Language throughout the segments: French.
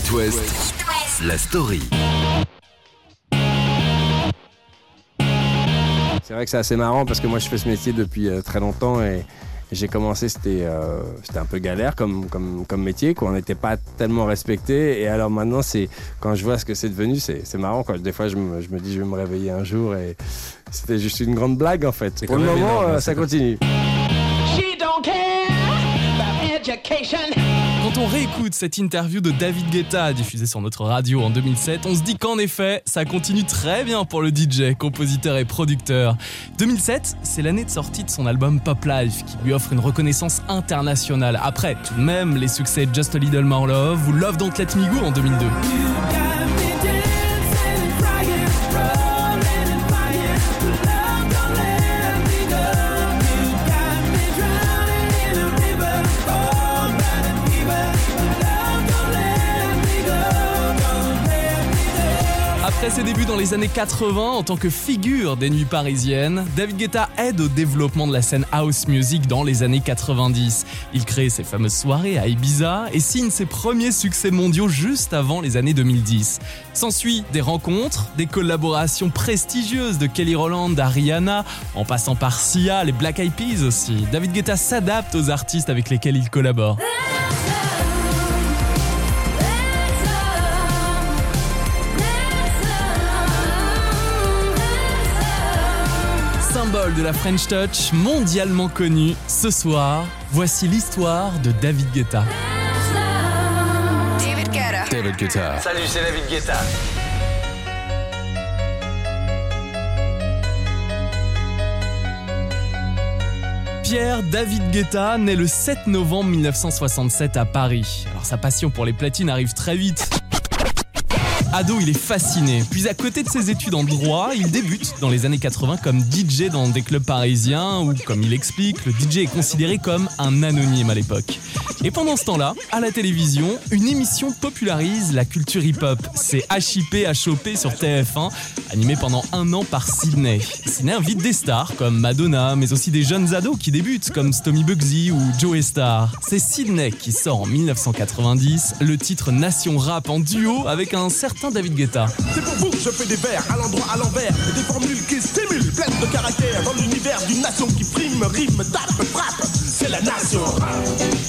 It West, la story. C'est vrai que c'est assez marrant parce que moi je fais ce métier depuis très longtemps et j'ai commencé, c'était un peu galère comme métier, quoi. On n'était pas tellement respecté et alors maintenant quand je vois ce que c'est devenu, c'est marrant, quoi. Des fois je me dis je vais me réveiller un jour et c'était juste une grande blague en fait. Pour le moment énorme, ça continue. She don't care about education. Quand on réécoute cette interview de David Guetta diffusée sur notre radio en 2007, on se dit qu'en effet, ça continue très bien pour le DJ, compositeur et producteur. 2007, c'est l'année de sortie de son album Pop Life qui lui offre une reconnaissance internationale. Après, tout de même, les succès Just a Little More Love ou Love Don't Let Me Go en 2002. Après ses débuts dans les années 80 en tant que figure des nuits parisiennes, David Guetta aide au développement de la scène house music dans les années 90. Il crée ses fameuses soirées à Ibiza et signe ses premiers succès mondiaux juste avant les années 2010. S'ensuit des rencontres, des collaborations prestigieuses de Kelly Rowland à Rihanna, en passant par Sia, les Black Eyed Peas aussi. David Guetta s'adapte aux artistes avec lesquels il collabore. Symbole de la French Touch, mondialement connu, ce soir, voici l'histoire de David Guetta. David Guetta. Salut, c'est David Guetta. Pierre David Guetta naît le 7 novembre 1967 à Paris. Alors sa passion pour les platines arrive très vite. Ado, il est fasciné. Puis à côté de ses études en droit, il débute dans les années 80 comme DJ dans des clubs parisiens où, comme il explique, le DJ est considéré comme un anonyme à l'époque. Et pendant ce temps-là, à la télévision, une émission popularise la culture hip-hop. C'est HIP HOP sur TF1, animé pendant 1 an par Sydney. Sydney invite des stars comme Madonna, mais aussi des jeunes ados qui débutent comme Stomy Bugsy ou Joey Starr. C'est Sydney qui sort en 1990 le titre Nation Rap en duo avec un certain David Guetta. C'est pour vous que je fais des vers à l'endroit à l'envers et des formules qui stimulent, pleines de caractère dans l'univers d'une nation qui prime, rime, tape, frappe. C'est la nation rap.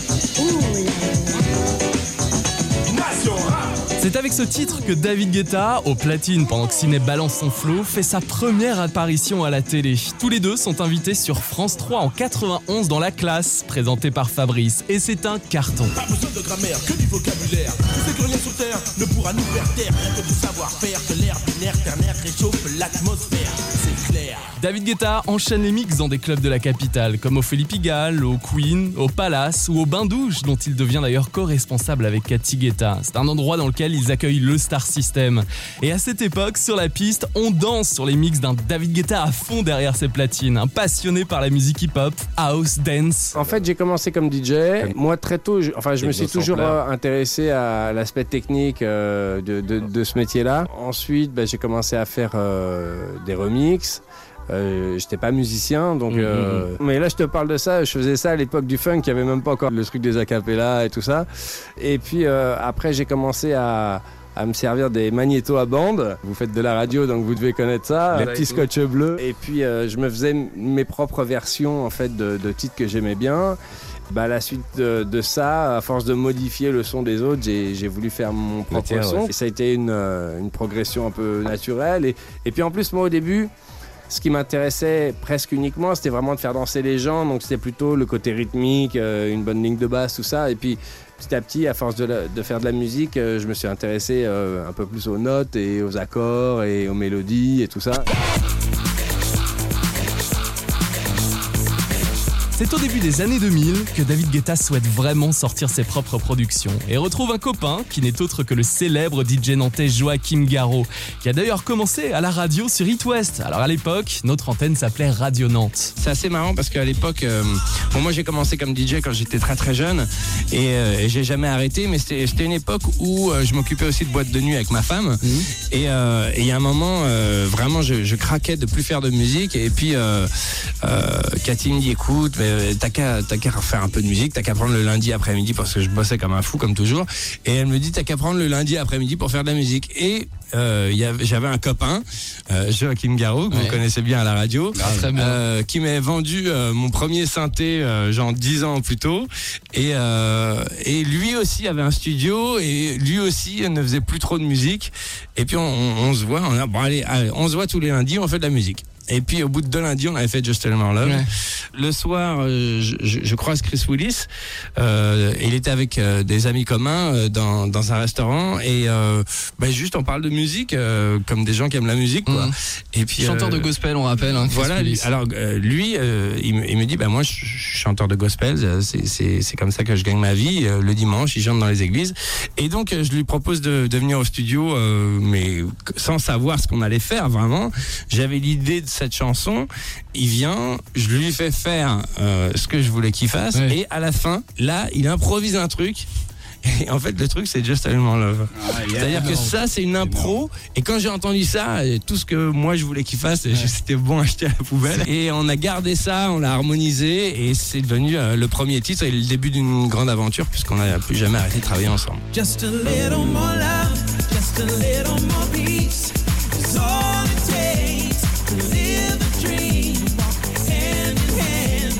Nation rap. C'est avec ce titre que David Guetta, au platine pendant que Ciné balance son flow, fait sa première apparition à la télé. Tous les deux sont invités sur France 3 en 91 dans La Classe, présentée par Fabrice. Et c'est un carton. Pas besoin de grammaire, que du vocabulaire. Tu sais que rien sur terre ne pourra nous faire taire. Rien que du savoir-faire, que l'air binaire ternaire réchauffe l'atmosphère. C'est clair. David Guetta enchaîne les mix dans des clubs de la capitale, comme au Felipe Pigalle, au Queen, au Palace ou au Bain-Douche, dont il devient d'ailleurs co-responsable avec Cathy Guetta. C'est un endroit dans lequel ils accueillent le Star System. Et à cette époque, sur la piste, on danse sur les mix d'un David Guetta à fond derrière ses platines, un passionné par la musique hip-hop, house, dance. En fait, j'ai commencé comme DJ. Moi, très tôt, je me suis toujours intéressé à l'aspect technique de ce métier-là. Ensuite, j'ai commencé à faire des remixes. J'étais pas musicien, donc mais là je te parle de ça, je faisais ça à l'époque du funk, il y avait même pas encore le truc des acapellas et tout ça. Et puis après j'ai commencé à me servir des magnétos à bande. Vous faites de la radio, donc vous devez connaître ça, les petits scotch bleus. Et puis je me faisais mes propres versions en fait de titres que j'aimais bien. À la suite de ça, à force de modifier le son des autres, j'ai voulu faire mon propre son. Ouais. Et ça a été une progression un peu naturelle. Et puis en plus, moi au début, ce qui m'intéressait presque uniquement, c'était vraiment de faire danser les gens. Donc c'était plutôt le côté rythmique, une bonne ligne de basse, tout ça. Et puis petit à petit, à force de faire de la musique, je me suis intéressé un peu plus aux notes et aux accords et aux mélodies et tout ça. C'est au début des années 2000 que David Guetta souhaite vraiment sortir ses propres productions et retrouve un copain qui n'est autre que le célèbre DJ nantais Joachim Garraud, qui a d'ailleurs commencé à la radio sur It West. Alors à l'époque, notre antenne s'appelait Radio Nantes. C'est assez marrant parce qu'à l'époque, moi j'ai commencé comme DJ quand j'étais très très jeune et j'ai jamais arrêté, mais c'était une époque où je m'occupais aussi de boîte de nuit avec ma femme et il y a un moment vraiment je craquais de plus faire de musique et puis Cathy me dit écoute, fait, t'as qu'à refaire un peu de musique, t'as qu'à prendre le lundi après-midi parce que je bossais comme un fou comme toujours. Et elle me dit, t'as qu'à prendre le lundi après-midi pour faire de la musique. Et j'avais un copain, Joachim Garraud, que vous connaissez bien à la radio, qui m'avait vendu mon premier synthé genre 10 ans plus tôt. Et lui aussi avait un studio et lui aussi ne faisait plus trop de musique. Et puis on se voit, on se voit tous les lundis, on fait de la musique. Et puis au bout de 2 lundis, on avait fait Just a Little More Love. Ouais. Le soir, je croise Chris Willis. Il était avec des amis communs dans un restaurant et juste on parle de musique comme des gens qui aiment la musique, quoi. Et puis chanteur de gospel, on rappelle. Chris voilà. Willis. Alors lui, il me dit, moi je suis chanteur de gospel. C'est comme ça que je gagne ma vie. Le dimanche, il chante dans les églises. Et donc je lui propose de venir au studio, mais sans savoir ce qu'on allait faire vraiment. J'avais l'idée de cette chanson, il vient, je lui fais faire ce que je voulais qu'il fasse, et à la fin, là, il improvise un truc. Et en fait, le truc, c'est Just a Little More Love. C'est-à-dire que ça, c'est une impro. Et quand j'ai entendu ça, tout ce que moi je voulais qu'il fasse, c'était bon à jeter à la poubelle. Et on a gardé ça, on l'a harmonisé, et c'est devenu le premier titre et le début d'une grande aventure, puisqu'on n'a plus jamais arrêté de travailler ensemble. Just a little more love, just a little more peace. It's all it takes to live a dream. Walk hand in hand,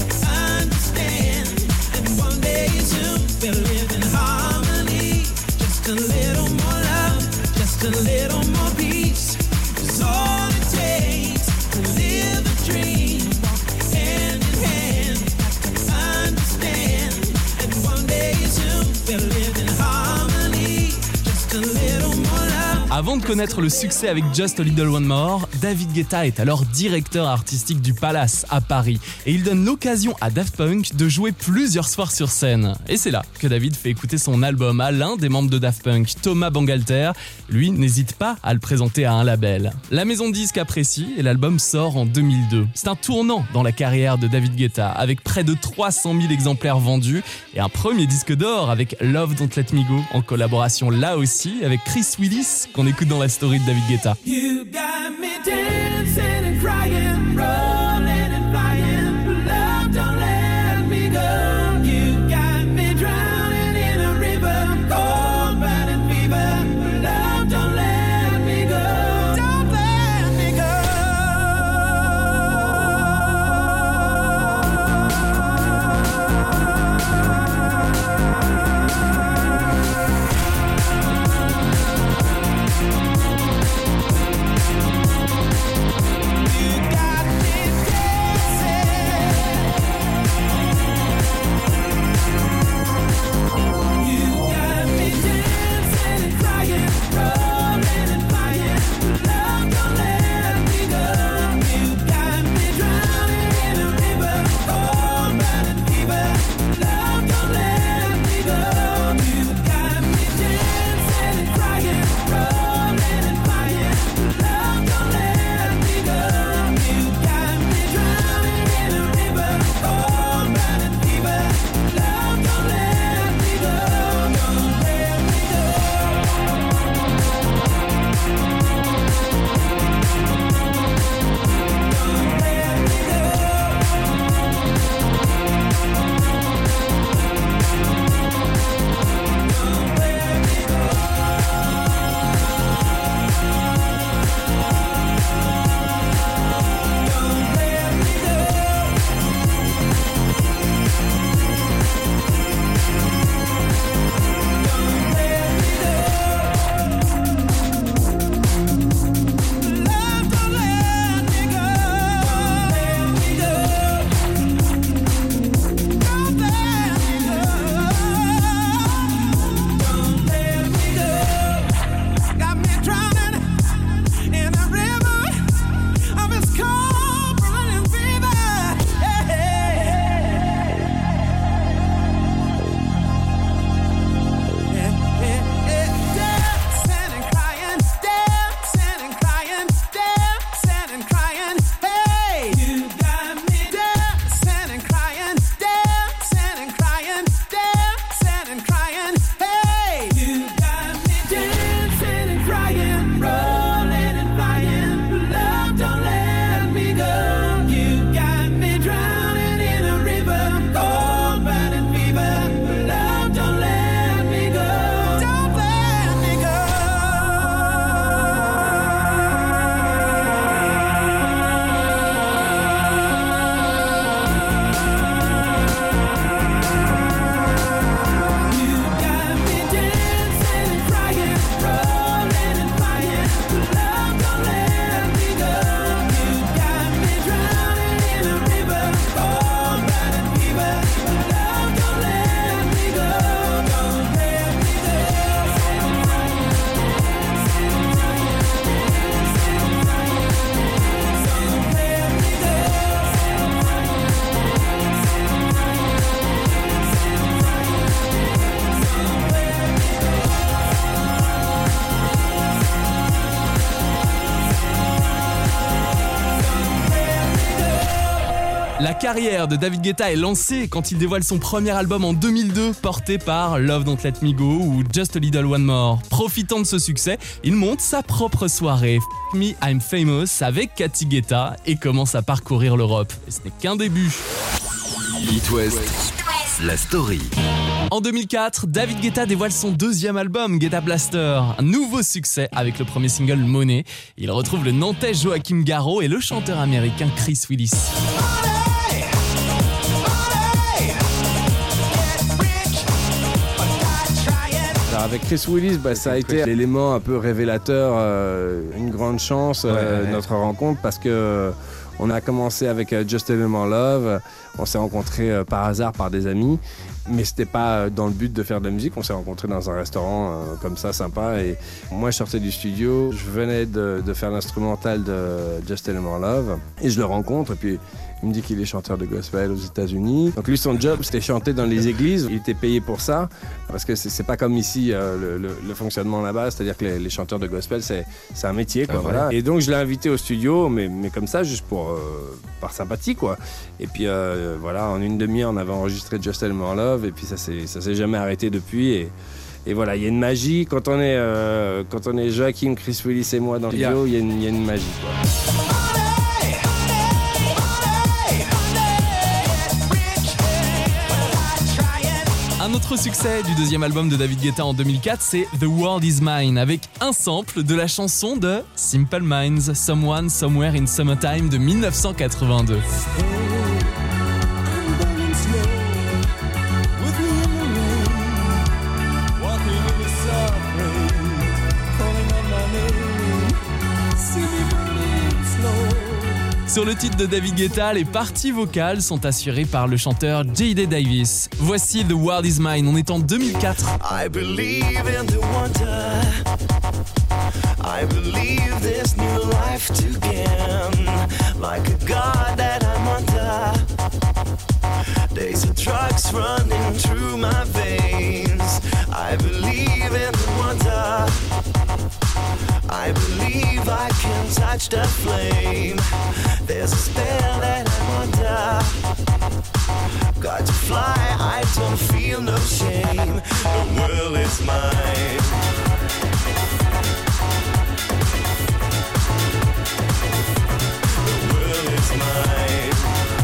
understand. And one day soon we'll live in harmony. Just a little more love, just a little more peace. It's all it takes to live a dream. Walk hand in hand, understand. And one day soon we'll live in harmony. Just a little more love. Avant de connaître le succès avec Just a Little One More, David Guetta est alors directeur artistique du Palace à Paris et il donne l'occasion à Daft Punk de jouer plusieurs soirs sur scène. Et c'est là que David fait écouter son album à l'un des membres de Daft Punk, Thomas Bangalter. Lui n'hésite pas à le présenter à un label. La maison de disques apprécie et l'album sort en 2002. C'est un tournant dans la carrière de David Guetta avec près de 300 000 exemplaires vendus et un premier disque d'or avec Love Don't Let Me Go en collaboration là aussi avec Chris Willis qu'on écoute dans la story de David Guetta. You got me dancing and crying, rolling and flying. Love don't let me go. You got me drowning in a river, cold burning fever. Love don't let me go. Don't let me go. You got me carrière de David Guetta est lancée quand il dévoile son premier album en 2002, porté par Love Don't Let Me Go ou Just a Little One More. Profitant de ce succès, il monte sa propre soirée F Me I'm Famous avec Cathy Guetta et commence à parcourir l'Europe. Et ce n'est qu'un début. It West, la story. En 2004, David Guetta dévoile son deuxième album, Guetta Blaster. Un nouveau succès avec le premier single Money. Il retrouve le Nantais Joachim Garraud et le chanteur américain Chris Willis. Alors avec Chris Willis, ça a été l'élément un peu révélateur, une grande chance, notre rencontre, parce que on a commencé avec Just a Little More Love, on s'est rencontrés par hasard par des amis, mais c'était pas dans le but de faire de la musique, on s'est rencontrés dans un restaurant comme ça, sympa, et moi je sortais du studio, je venais de faire l'instrumental de Just a Little More Love, et je le rencontre, et puis il me dit qu'il est chanteur de gospel aux États-Unis. Donc lui, son job, c'était chanter dans les églises. Il était payé pour ça, parce que c'est pas comme ici le fonctionnement là-bas. C'est-à-dire que les chanteurs de gospel, c'est un métier, quoi. Voilà. Et donc je l'ai invité au studio, mais comme ça, juste par sympathie, quoi. Et puis voilà, en une demi-heure, on avait enregistré Just a Little More Love, et puis ça s'est jamais arrêté depuis. Et voilà, il y a une magie quand on est Joachim, Chris Willis et moi dans le studio, il y a une magie, quoi. Un autre succès du deuxième album de David Guetta en 2004, c'est The World Is Mine, avec un sample de la chanson de Simple Minds, Someone, Somewhere in Summertime de 1982. Sur le titre de David Guetta, les parties vocales sont assurées par le chanteur J.D. Davis. Voici The World Is Mine, on est en 2004. I believe in the wonder. I believe this new life to gain. Like a god that I'm under. Days of drugs running through my veins. I believe in the wonder. I believe I can touch the flame. There's a spell that I'm under. Got to fly, I don't feel no shame. The world is mine. The world is mine.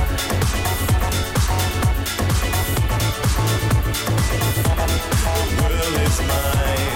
The world is mine.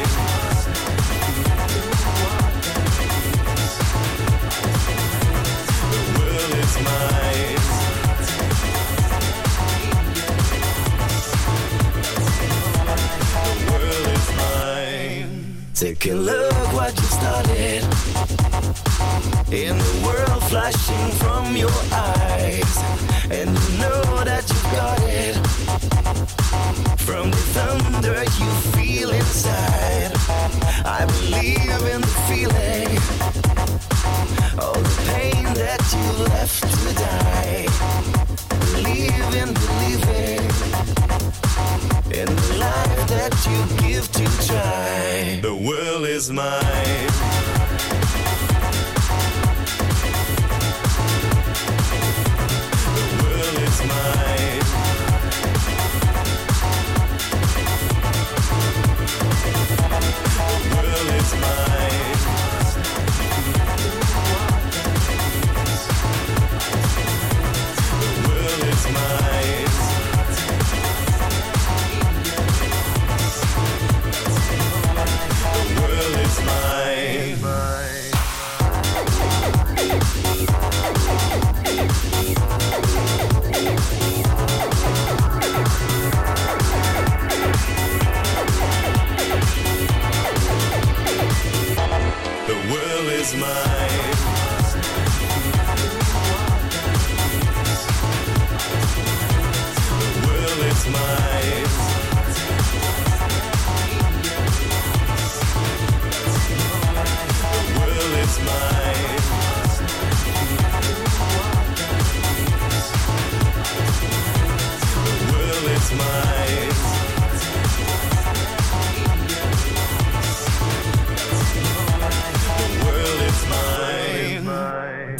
Take a look what you started. In the world flashing from your eyes. And you know that you got it. From the thunder you feel inside. I believe in the feeling. All the pain that you left to die. Believe in believing. In the life that you give to try. The world is mine. The world is mine. The world is mine. The world is mine. The world is mine. The world is mine. The world is mine. The world is mine. The world is mine. The world is mine.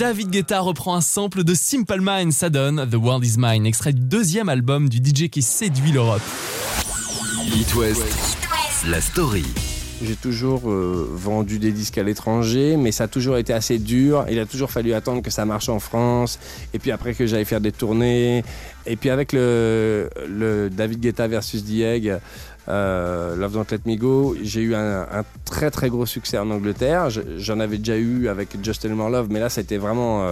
David Guetta reprend un sample de Simple Minds, ça donne The World Is Mine, extrait du 2e album du DJ qui séduit l'Europe. It West, la story. J'ai toujours vendu des disques à l'étranger, mais ça a toujours été assez dur. Il a toujours fallu attendre que ça marche en France, et puis après que j'aille faire des tournées. Et puis avec le David Guetta versus Dieg, Love Don't Let Me Go, j'ai eu un très très gros succès en Angleterre. J'en avais déjà eu avec Just a Little More Love, mais là c'était vraiment...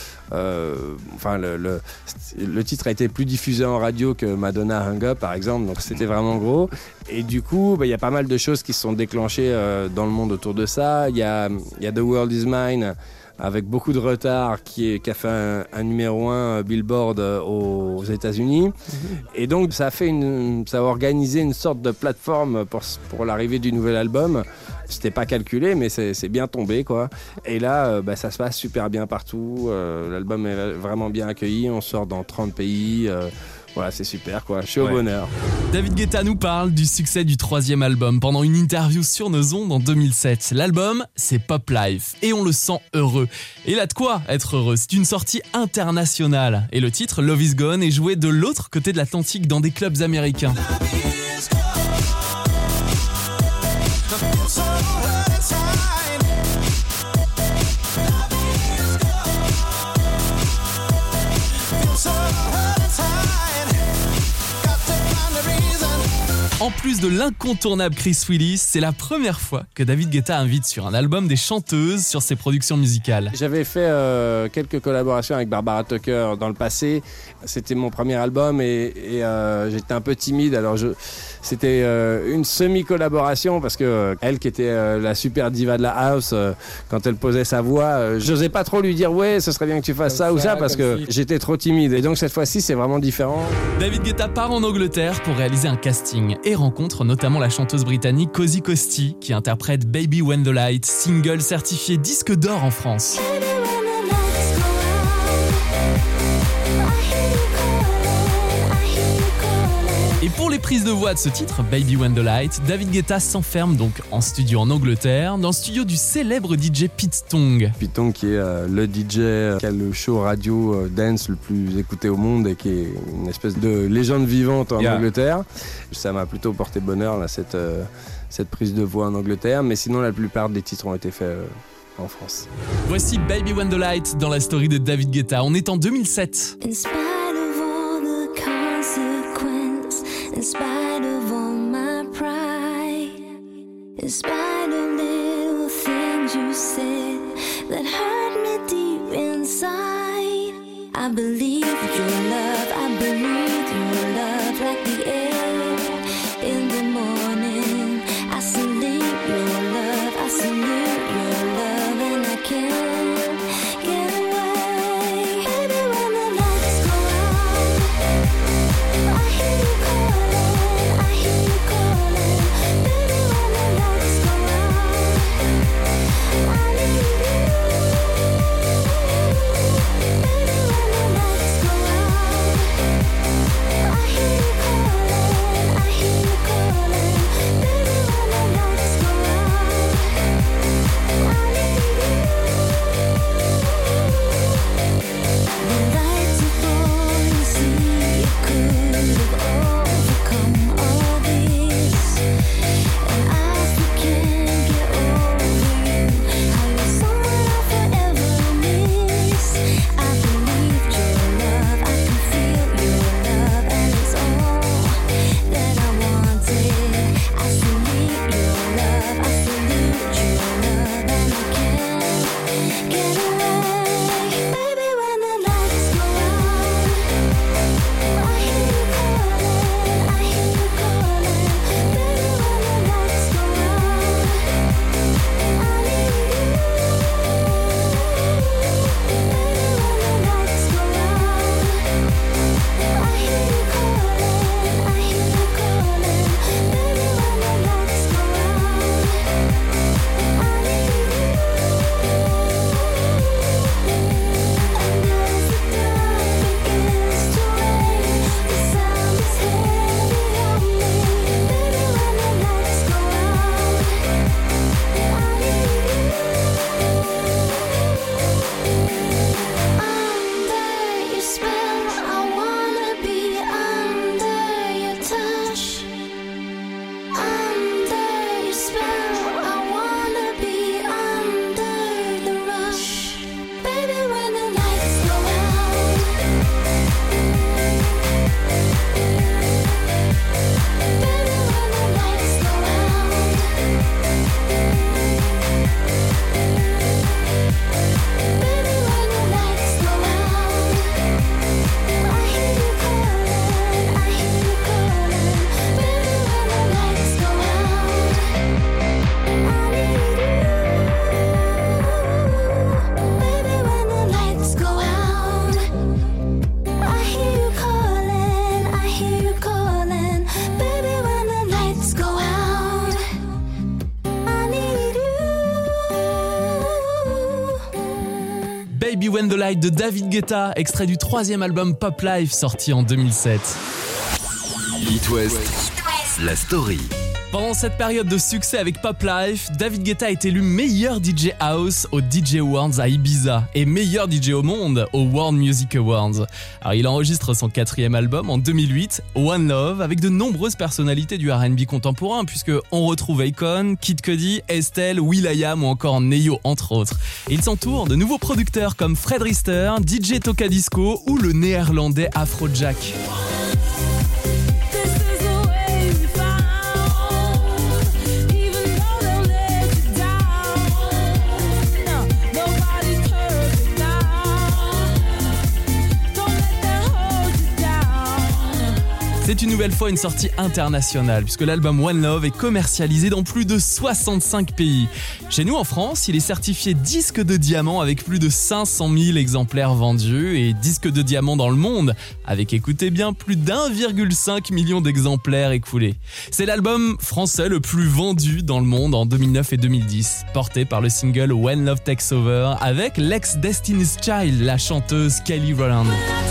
le titre a été plus diffusé en radio que Madonna Hung Up par exemple, donc c'était vraiment gros. Et du coup, il y a pas mal de choses qui se sont déclenchées dans le monde autour de ça. Il y a The World Is Mine avec beaucoup de retard qui a fait un numéro 1 Billboard aux États-Unis. Et donc ça a organisé une sorte de plateforme pour l'arrivée du nouvel album. C'était pas calculé, mais c'est bien tombé, quoi. Et là, ça se passe super bien partout. L'album est vraiment bien accueilli. On sort dans 30 pays. Voilà, c'est super, quoi. Je suis au bonheur. David Guetta nous parle du succès du 3e album pendant une interview sur nos ondes en 2007. L'album, c'est Pop Life et on le sent heureux. Et il a de quoi être heureux. C'est une sortie internationale. Et le titre, Love Is Gone, est joué de l'autre côté de l'Atlantique dans des clubs américains. En plus de l'incontournable Chris Willis, c'est la première fois que David Guetta invite sur un album des chanteuses sur ses productions musicales. J'avais fait quelques collaborations avec Barbara Tucker dans le passé. C'était mon premier album et j'étais un peu timide. Alors c'était une semi-collaboration parce que elle qui était la super diva de la house, quand elle posait sa voix, j'osais pas trop lui dire ouais, ce serait bien que tu fasses ça ou ça parce que j'étais trop timide. Et donc cette fois-ci, c'est vraiment différent. David Guetta part en Angleterre pour réaliser un casting et rencontre notamment la chanteuse britannique Cozy Costi qui interprète Baby When the Light, single certifié disque d'or en France. Et pour les prises de voix de ce titre, Baby When the Light, David Guetta s'enferme donc en studio en Angleterre, dans le studio du célèbre DJ Pete Tong. Pete Tong qui est le DJ qui a le show radio dance le plus écouté au monde et qui est une espèce de légende vivante en Angleterre. Ça m'a plutôt porté bonheur là, cette prise de voix en Angleterre, mais sinon la plupart des titres ont été faits en France. Voici Baby When the Light dans la story de David Guetta. On est en 2007. In spite of all my pride, in spite of little things you said that hurt me deep inside, I believe your love, I breathe your love like the air in the morning. I salute your love, I salute your love, and I can't get away. Baby, when the lights go out, I hear you calling, I hear you calling. Baby, when the lights go out, I need you. Baby, when the lights go out, I hear Baby When the Light de David Guetta, extrait du 3e album Pop Life sorti en 2007. It West, la story. Pendant cette période de succès avec Pop Life, David Guetta est élu meilleur DJ House aux DJ Awards à Ibiza et meilleur DJ au monde aux World Music Awards. Alors il enregistre son 4e album en 2008, One Love, avec de nombreuses personnalités du R&B contemporain, puisque on retrouve Akon, Kid Cudi, Estelle, will.i.am ou encore Neo entre autres. Et il s'entoure de nouveaux producteurs comme Fred Rister, DJ Tocadisco ou le néerlandais Afrojack. C'est une nouvelle fois une sortie internationale puisque l'album One Love est commercialisé dans plus de 65 pays. Chez nous en France, il est certifié disque de diamant avec plus de 500 000 exemplaires vendus et disque de diamant dans le monde avec, écoutez bien, plus d'1,5 million d'exemplaires écoulés. C'est l'album français le plus vendu dans le monde en 2009 et 2010, porté par le single When Love Takes Over avec l'ex-Destiny's Child, la chanteuse Kelly Rowland.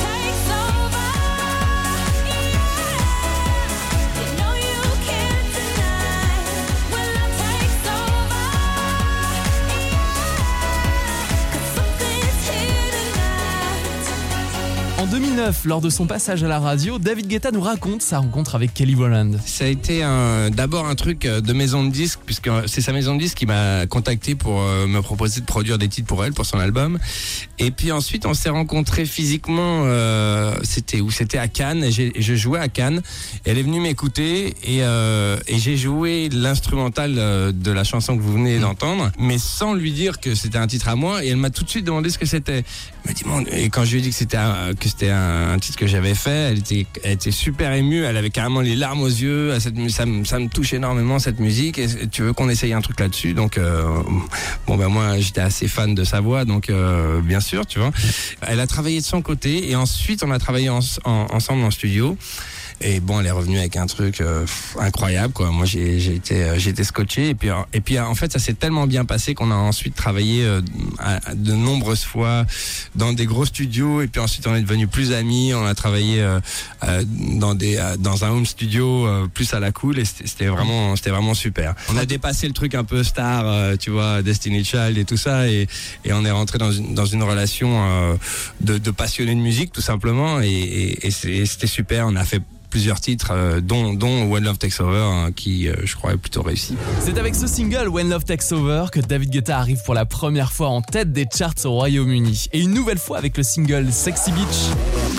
En 2009, lors de son passage à la radio, David Guetta nous raconte sa rencontre avec Kelly Rowland. Ça a été d'abord un truc de maison de disques, puisque c'est sa maison de disques qui m'a contacté pour me proposer de produire des titres pour elle, pour son album. Et puis ensuite, on s'est rencontrés physiquement, c'était à Cannes, et je jouais à Cannes. Elle est venue m'écouter et j'ai joué l'instrumental de la chanson que vous venez d'entendre, mais sans lui dire que c'était un titre à moi, et elle m'a tout de suite demandé ce que c'était. Elle m'a dit, et quand je lui ai dit que c'était un titre que j'avais fait, elle était super émue, elle avait carrément les larmes aux yeux, ça me touche énormément cette musique, et tu veux qu'on essaye un truc là-dessus, donc moi j'étais assez fan de sa voix, donc bien sûr, tu vois. Elle a travaillé de son côté, et ensuite on a travaillé ensemble en studio. Et bon, elle est revenue avec un truc incroyable, quoi. Moi, j'ai été scotché. Et puis, en fait, ça s'est tellement bien passé qu'on a ensuite travaillé de nombreuses fois dans des gros studios. Et puis ensuite, on est devenus plus amis. On a travaillé dans un home studio plus à la cool. Et c'était vraiment super. On a dépassé le truc un peu star, tu vois, Destiny's Child et tout ça. Et on est rentré dans une relation de passionnés de musique, tout simplement. Et c'était super. On a fait plusieurs titres, dont When Love Takes Over, qui, je crois, est plutôt réussi. C'est avec ce single, When Love Takes Over, que David Guetta arrive pour la première fois en tête des charts au Royaume-Uni. Et une nouvelle fois avec le single Sexy Beach.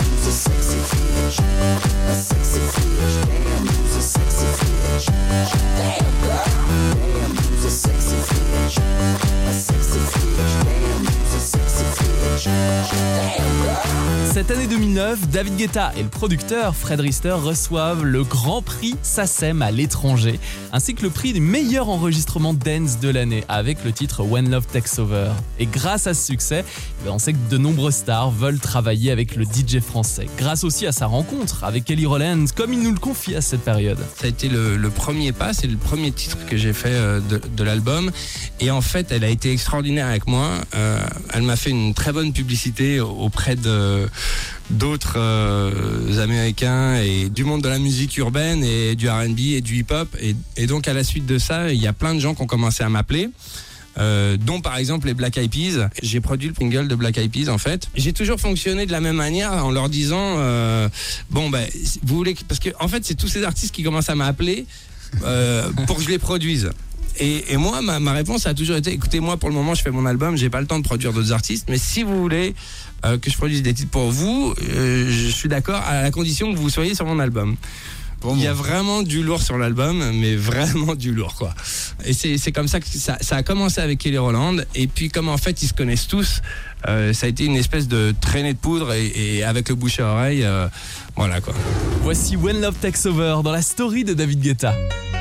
Cette année 2009, David Guetta et le producteur Fred Rister reçoivent le Grand Prix SACEM à l'étranger, ainsi que le prix du meilleur enregistrement dance de l'année avec le titre When Love Takes Over. Et grâce à ce succès, on sait que de nombreuses stars veulent travailler avec le DJ français. Grâce aussi à sa rencontre avec Kelly Rowland, comme il nous le confie à cette période. Ça a été le premier pas, c'est le premier titre que j'ai fait de l'album. Et en fait, elle a été extraordinaire avec moi. Elle m'a fait une très bonne publicité auprès d'autres Américains et du monde de la musique urbaine et du R&B et du hip-hop. Et donc, à la suite de ça, il y a plein de gens qui ont commencé à m'appeler. Dont par exemple les Black Eyed Peas. J'ai produit le single de Black Eyed Peas en fait. J'ai toujours fonctionné de la même manière en leur disant vous voulez parce que en fait c'est tous ces artistes qui commencent à m'appeler pour que je les produise. Et moi ma réponse a toujours été écoutez, moi pour le moment je fais mon album, j'ai pas le temps de produire d'autres artistes, mais si vous voulez que je produise des titres pour vous, je suis d'accord à la condition que vous soyez sur mon album. Il y a vraiment du lourd sur l'album, mais vraiment du lourd, quoi. Et c'est comme ça que ça a commencé avec Kelly Rowland. Et puis, comme en fait, ils se connaissent tous, ça a été une espèce de traînée de poudre et avec le bouche à oreille, voilà, quoi. Voici When Love Takes Over dans la story de David Guetta.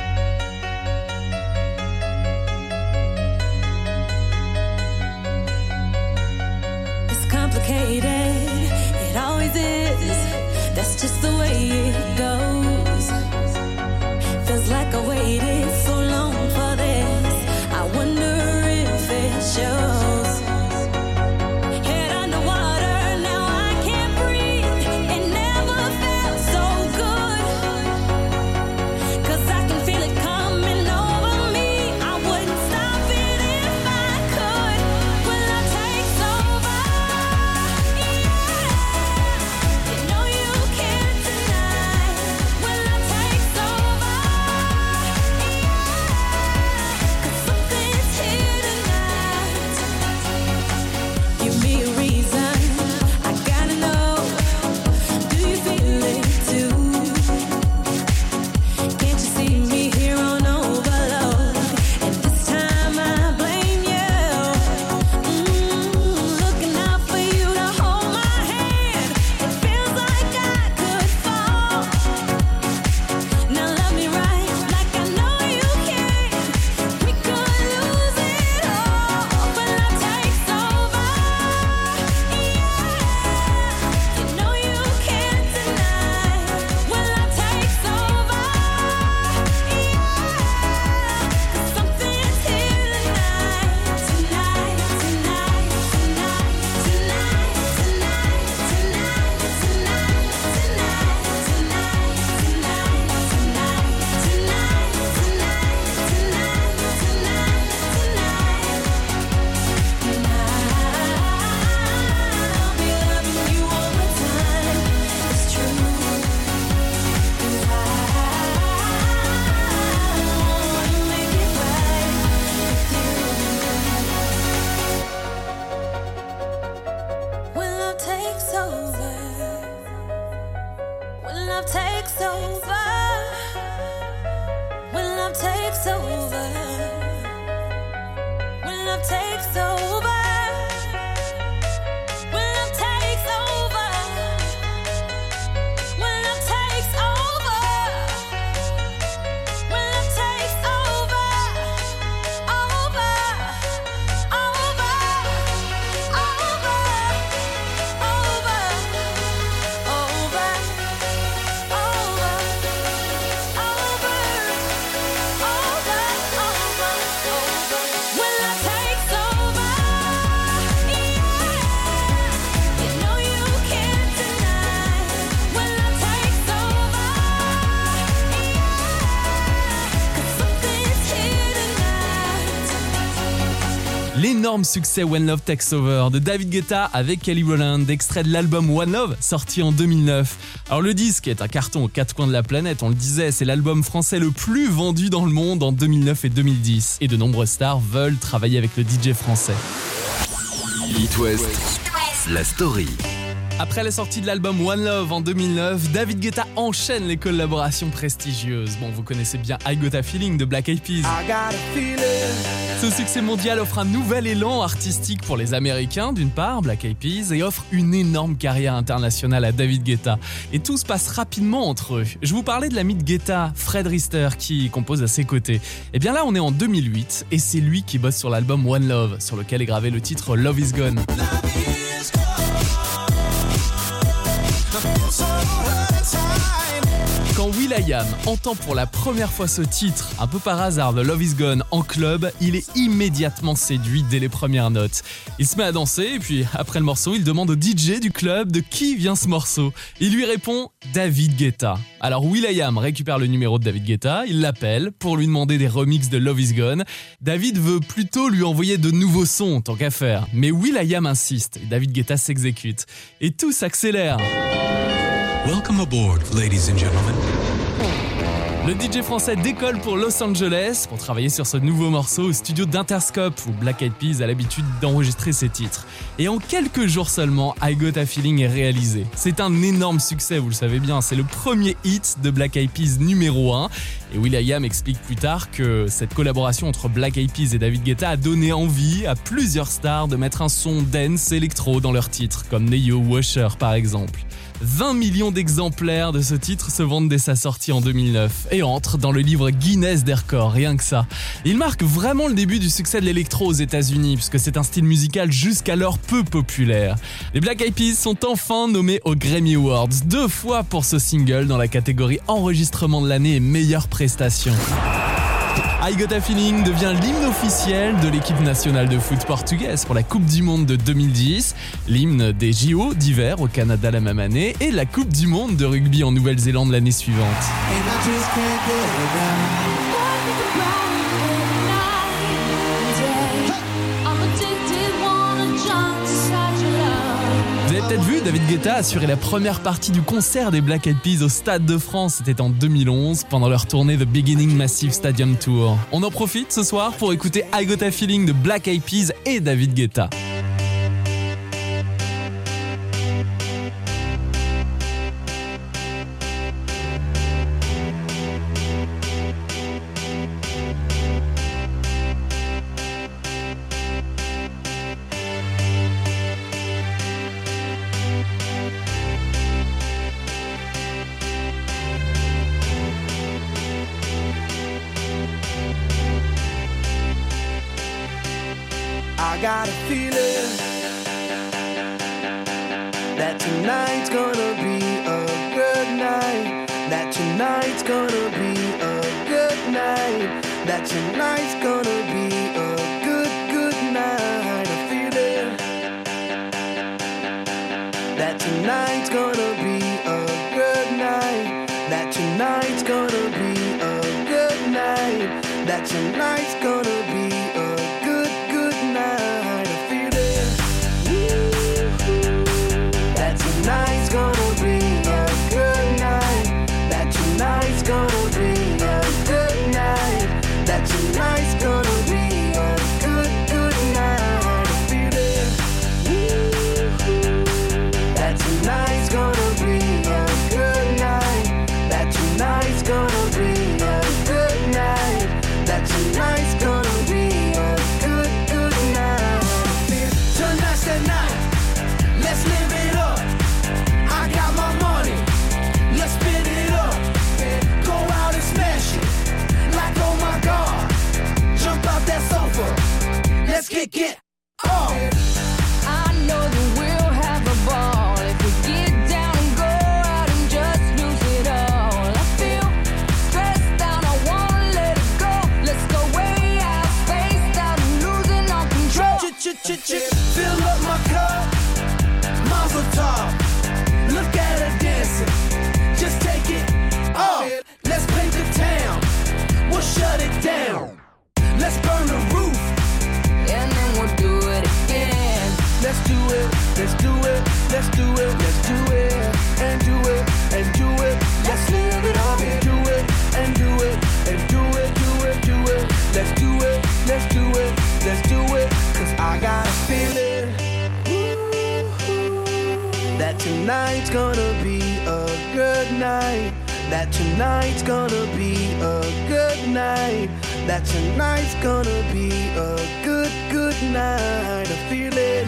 It's complicated, it always is. That's just the way it goes. Feels like I waited so long for this. I wonder if it shows. Head takes over, when love takes over, when love takes over, when love takes over, when love takes over, over, over, L'énorme succès When Love Takes Over de David Guetta avec Kelly Rowland, extrait de l'album One Love sorti en 2009. Alors le disque est un carton aux quatre coins de la planète, on le disait, c'est l'album français le plus vendu dans le monde en 2009 et 2010. Et de nombreuses stars veulent travailler avec le DJ français. It West, la story. Après la sortie de l'album One Love en 2009, David Guetta enchaîne les collaborations prestigieuses. Bon, vous connaissez bien I Got a Feeling de Black Eyed Peas. Ce succès mondial offre un nouvel élan artistique pour les Américains, d'une part, Black Eyed Peas, et offre une énorme carrière internationale à David Guetta. Et tout se passe rapidement entre eux. Je vous parlais de l'ami de Guetta, Fred Rister, qui compose à ses côtés. Et bien là, on est en 2008, et c'est lui qui bosse sur l'album One Love, sur lequel est gravé le titre Love Is Gone. Quand will.i.am entend pour la première fois ce titre, un peu par hasard de Love Is Gone en club, il est immédiatement séduit dès les premières notes. Il se met à danser et puis après le morceau, il demande au DJ du club de qui vient ce morceau. Il lui répond David Guetta. Alors will.i.am récupère le numéro de David Guetta, il l'appelle pour lui demander des remixes de Love Is Gone. David veut plutôt lui envoyer de nouveaux sons, tant qu'à faire. Mais will.i.am insiste et David Guetta s'exécute. Et tout s'accélère. Welcome aboard, ladies and gentlemen. Le DJ français décolle pour Los Angeles pour travailler sur ce nouveau morceau au studio d'Interscope où Black Eyed Peas a l'habitude d'enregistrer ses titres. Et en quelques jours seulement, I Got a Feeling est réalisé. C'est un énorme succès, vous le savez bien, c'est le premier hit de Black Eyed Peas numéro 1. Et will.i.am explique plus tard que cette collaboration entre Black Eyed Peas et David Guetta a donné envie à plusieurs stars de mettre un son dance électro dans leurs titres, comme Neo ou Usher par exemple. 20 millions d'exemplaires de ce titre se vendent dès sa sortie en 2009 et entrent dans le livre Guinness des records, rien que ça. Il marque vraiment le début du succès de l'électro aux États-Unis puisque c'est un style musical jusqu'alors peu populaire. Les Black Eyed Peas sont enfin nommés aux Grammy Awards, 2 fois pour ce single dans la catégorie enregistrement de l'année et meilleure prestation. I Got a Feeling devient l'hymne officiel de l'équipe nationale de foot portugaise pour la Coupe du Monde de 2010, l'hymne des JO d'hiver au Canada la même année et la Coupe du Monde de rugby en Nouvelle-Zélande l'année suivante. Vous avez peut-être vu, David Guetta assurer la première partie du concert des Black Eyed Peas au Stade de France. C'était en 2011, pendant leur tournée The Beginning Massive Stadium Tour. On en profite ce soir pour écouter I Got a Feeling de Black Eyed Peas et David Guetta. I got a feeling that tonight's gonna be a good night. That tonight's gonna be a good night. That tonight's gonna be a good night. A feeling that tonight's gonna be a good night. That tonight's gonna be a good night. That tonight's gonna be a good night. A feeling that tonight's gonna be a good night. That tonight's gonna be a good night. That tonight's gonna be a good night. A feeling that tonight's gonna be a good night. That tonight's gonna be a good night. That kick it off. I know that we'll have a ball if we get down and go out and just lose it all. I feel stressed out, I wanna let it go. Let's go way out, spaced out, and losing all control. Fill up my cup, Mazel tov. Look at her dancing, just take it off. Let's paint the town, we'll shut it down. Let's burn the roof, And then we'll do it again. let's do it, let's do it, let's do it, let's do it, and do it, and do it. Let's live it up and do it, and do it, and do it, do it, do it. Let's do it, let's do it, let's do it. Cause I got a feeling that tonight's gonna be a good night. That tonight's gonna be a good night. That tonight's gonna be a good, good night. A feeling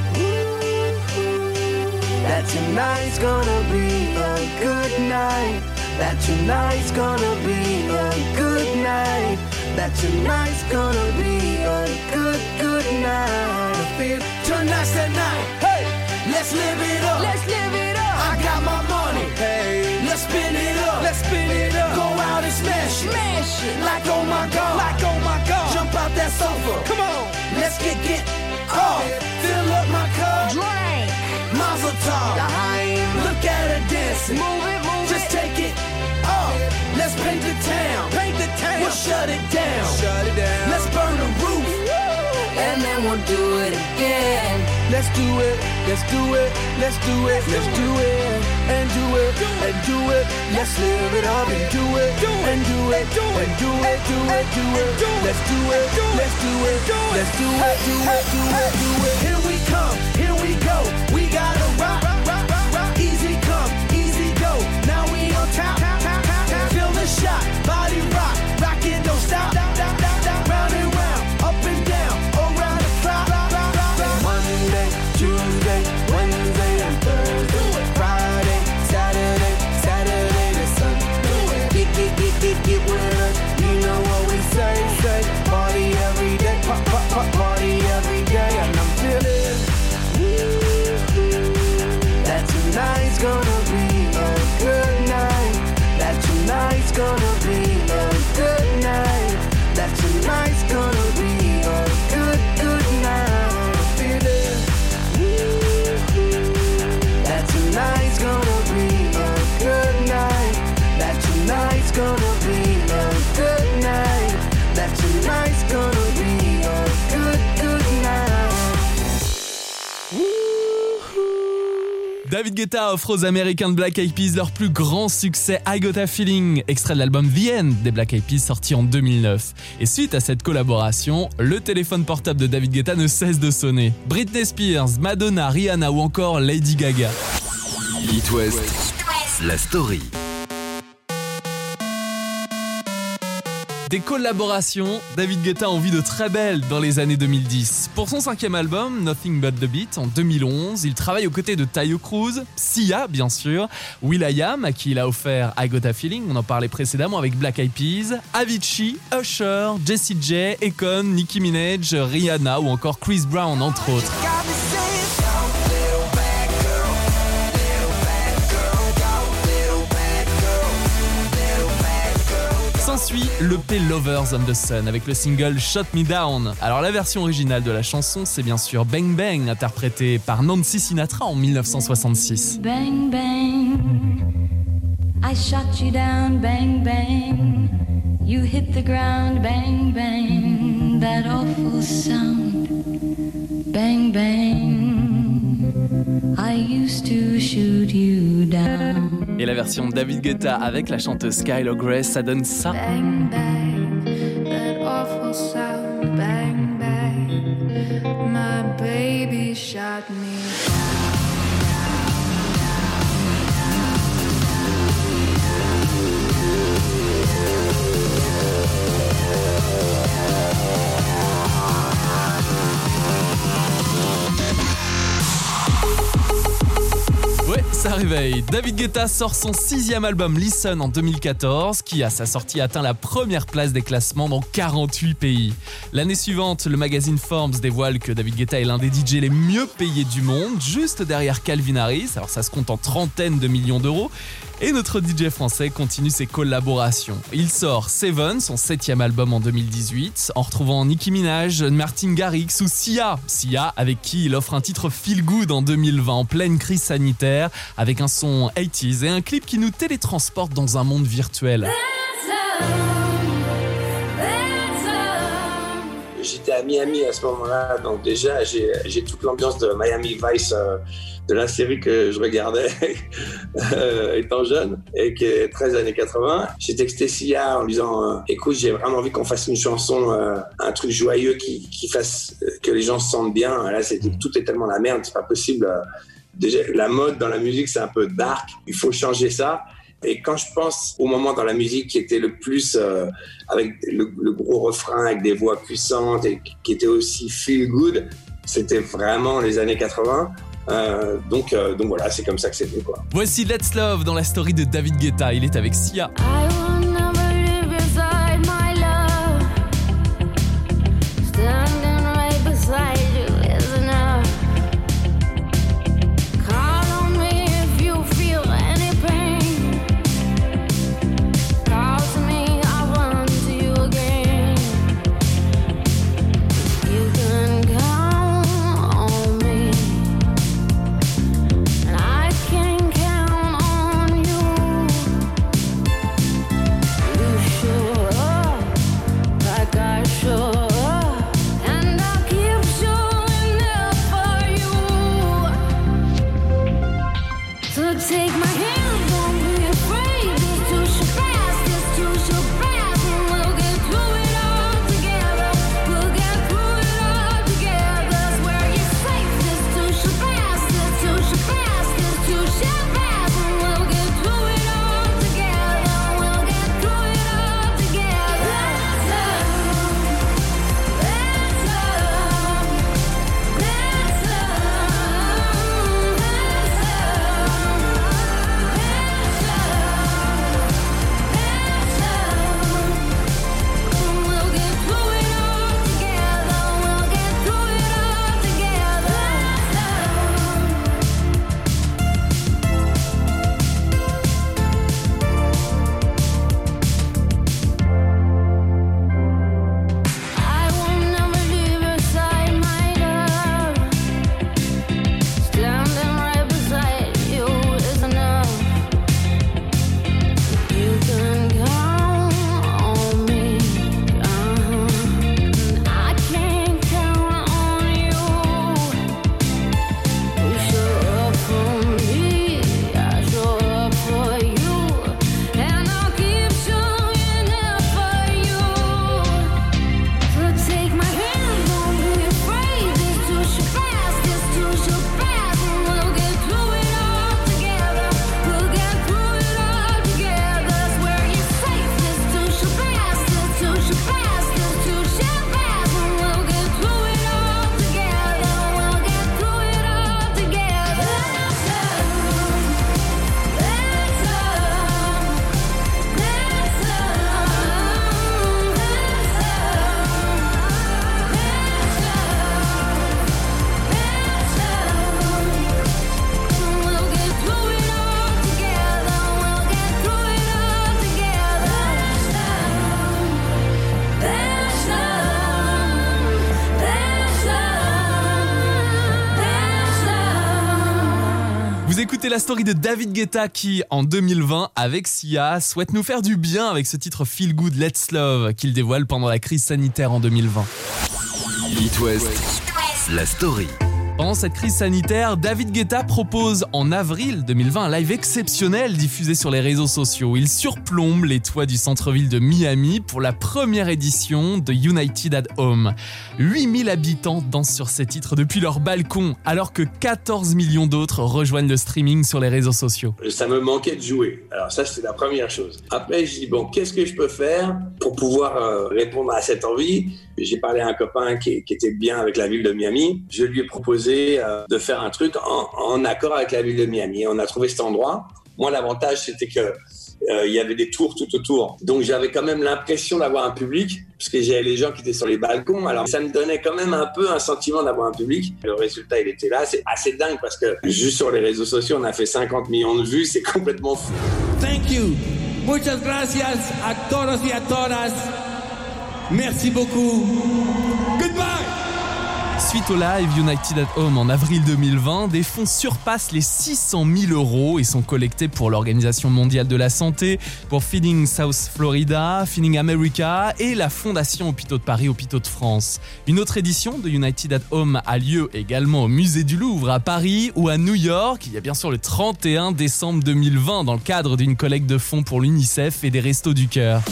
that tonight's gonna be a good night. That tonight's gonna be a good night. That tonight's gonna be a good, good night. I feel tonight's the night. Hey, let's live it up. Let's live it up. I got my money. Hey, let's spin it up. Let's spin it up. Go out and smash it. Smash it. Like oh my god. Like oh my god. Jump out that sofa. Come on. Let's get off. Fill up my cup. Drink. Mazel tov. Look at her dancing. Move it, move Just it. take it off. Let's paint the town. Paint the town. We'll shut it down. Shut it down. Let's burn the roof. And then we'll do it again. Let's do it. Let's do it. Let's do it. Let's do it. And do it. And do it. Let's live it up and do it. And do it. And do it. Do it. Do it. Let's do it. Let's do it. Let's do it. Do it. Do it. Do it. Here we come. Here we go. We gotta rock. Easy come. Easy go. Now we on top. Feel the shot. Body rock. Rock it. Don't stop. Round and round. Up and down. Around the clock. Monday, Tuesday, Wednesday, and Thursday. Friday, Saturday, Saturday to Sunday. Get with us. You know what we say. Party every day. Party every day. And I'm feeling that tonight's gonna be a good night. That tonight's gonna be a good night. That tonight's gonna be a good, good night. Feeling that tonight's gonna be a good night. That tonight's gonna be a good night. That tonight's gonna be a good, good night. David Guetta offre aux Américains de Black Eyed Peas leur plus grand succès I Got a Feeling, extrait de l'album The End des Black Eyed Peas sorti en 2009. Et suite à cette collaboration, le téléphone portable de David Guetta ne cesse de sonner. Britney Spears, Madonna, Rihanna ou encore Lady Gaga. It West, la story. Des collaborations, David Guetta en vit de très belles dans les années 2010. Pour son 5e album, Nothing But The Beat, en 2011, il travaille aux côtés de Taio Cruz, Sia bien sûr, will.i.am à qui il a offert I Got a Feeling, on en parlait précédemment avec Black Eyed Peas, Avicii, Usher, Jessie J, Akon, Nicki Minaj, Rihanna ou encore Chris Brown entre autres. S'ensuit l'EP Lovers on the Sun avec le single Shut Me Down. Alors la version originale de la chanson, c'est bien sûr Bang Bang, interprétée par Nancy Sinatra en 1966. Bang, bang. I shot you down, bang, bang. You hit the ground, bang, bang. That awful sound, bang, bang. I used to shoot you down. Et la version de David Guetta avec la chanteuse Skylar Grey, ça donne ça. Bang, bang. That awful sound, bang, bang. My baby shot me Ouais, ça la réveille. David Guetta sort son 6e album Listen en 2014, qui à sa sortie atteint la première place des classements dans 48 pays. L'année suivante, le magazine Forbes dévoile que David Guetta est l'un des DJ les mieux payés du monde, juste derrière Calvin Harris, alors ça se compte en trentaines de millions d'euros. Et notre DJ français continue ses collaborations. Il sort Seven, son 7e album en 2018, en retrouvant Nicki Minaj, Martin Garrix ou Sia. Sia, avec qui il offre un titre Feel Good en 2020, en pleine crise sanitaire, avec un son 80s et un clip qui nous télétransporte dans un monde virtuel. J'étais à Miami à ce moment-là, donc déjà j'ai toute l'ambiance de Miami Vice, de la série que je regardais étant jeune et qui est 13 années 80. J'ai texté Sia en lui disant écoute, j'ai vraiment envie qu'on fasse une chanson, un truc joyeux qui fasse que les gens se sentent bien. Là, tout est tellement la merde, c'est pas possible. Déjà, la mode dans la musique, c'est un peu dark. Il faut changer ça. Et quand je pense au moment dans la musique qui était le plus avec le gros refrain, avec des voix puissantes et qui était aussi feel good, c'était vraiment les années 80. Donc voilà, c'est comme ça que c'est fait, quoi. Voici Let's Love dans la story de David Guetta. Il est avec Sia. Vous écoutez la story de David Guetta qui, en 2020, avec Sia, souhaite nous faire du bien avec ce titre Feel Good Let's Love qu'il dévoile pendant la crise sanitaire en 2020. It West, la story. Pendant cette crise sanitaire, David Guetta propose en avril 2020 un live exceptionnel diffusé sur les réseaux sociaux. Il surplombe les toits du centre-ville de Miami pour la première édition de United at Home. 8000 habitants dansent sur ces titres depuis leur balcon, alors que 14 millions d'autres rejoignent le streaming sur les réseaux sociaux. Ça me manquait de jouer. Alors ça, c'est la première chose. Après, je dis, bon, qu'est-ce que je peux faire pour pouvoir répondre à cette envie ? J'ai parlé à un copain qui était bien avec la ville de Miami. Je lui ai proposé proposé de faire un truc en accord avec la ville de Miami. Et on a trouvé cet endroit. Moi, l'avantage, c'était que il y avait des tours tout autour. Donc, j'avais quand même l'impression d'avoir un public, parce que j'avais les gens qui étaient sur les balcons. Alors, ça me donnait quand même un peu un sentiment d'avoir un public. Le résultat, il était là. C'est assez dingue parce que juste sur les réseaux sociaux, on a fait 50 millions de vues. C'est complètement fou. Thank you. Muchas gracias a todos y a todas. Merci beaucoup. Goodbye. Suite au live United at Home en avril 2020, des fonds surpassent les 600 000 € et sont collectés pour l'Organisation mondiale de la santé, pour Feeding South Florida, Feeding America et la Fondation Hôpitaux de Paris, Hôpitaux de France. Une autre édition de United at Home a lieu également au Musée du Louvre à Paris ou à New York. Il y a bien sûr le 31 décembre 2020 dans le cadre d'une collecte de fonds pour l'UNICEF et des Restos du Cœur.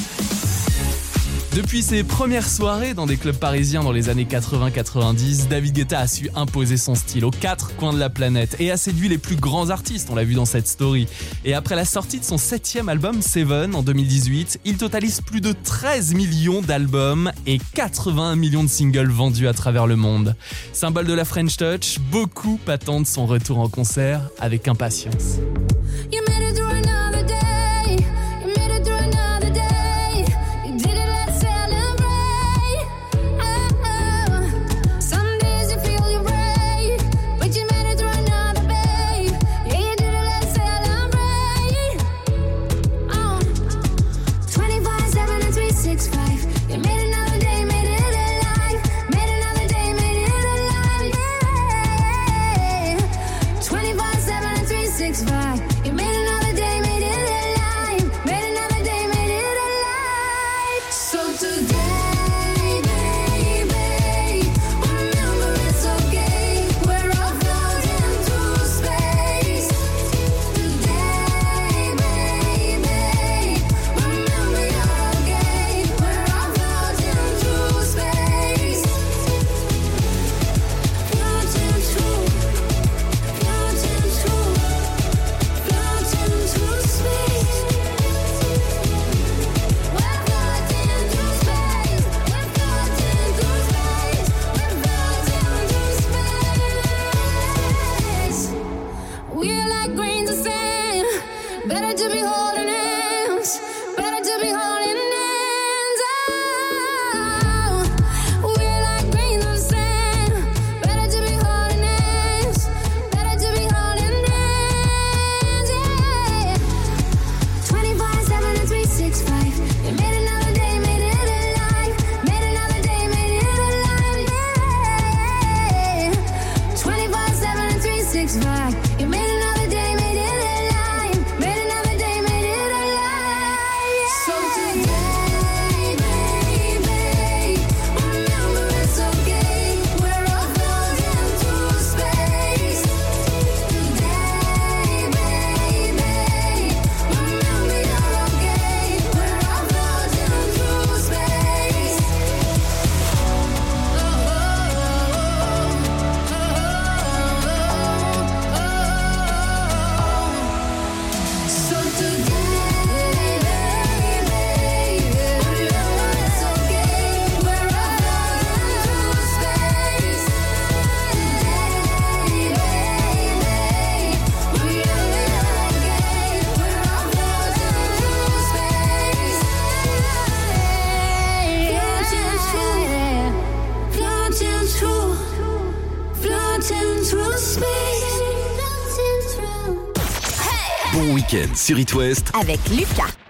Depuis ses premières soirées dans des clubs parisiens dans les années 80-90, David Guetta a su imposer son style aux 4 coins de la planète et a séduit les plus grands artistes, on l'a vu dans cette story. Et après la sortie de son 7e album Seven en 2018, il totalise plus de 13 millions d'albums et 81 millions de singles vendus à travers le monde. Symbole de la French Touch, beaucoup attendent son retour en concert avec impatience. Bon week-end sur It West avec Lucas.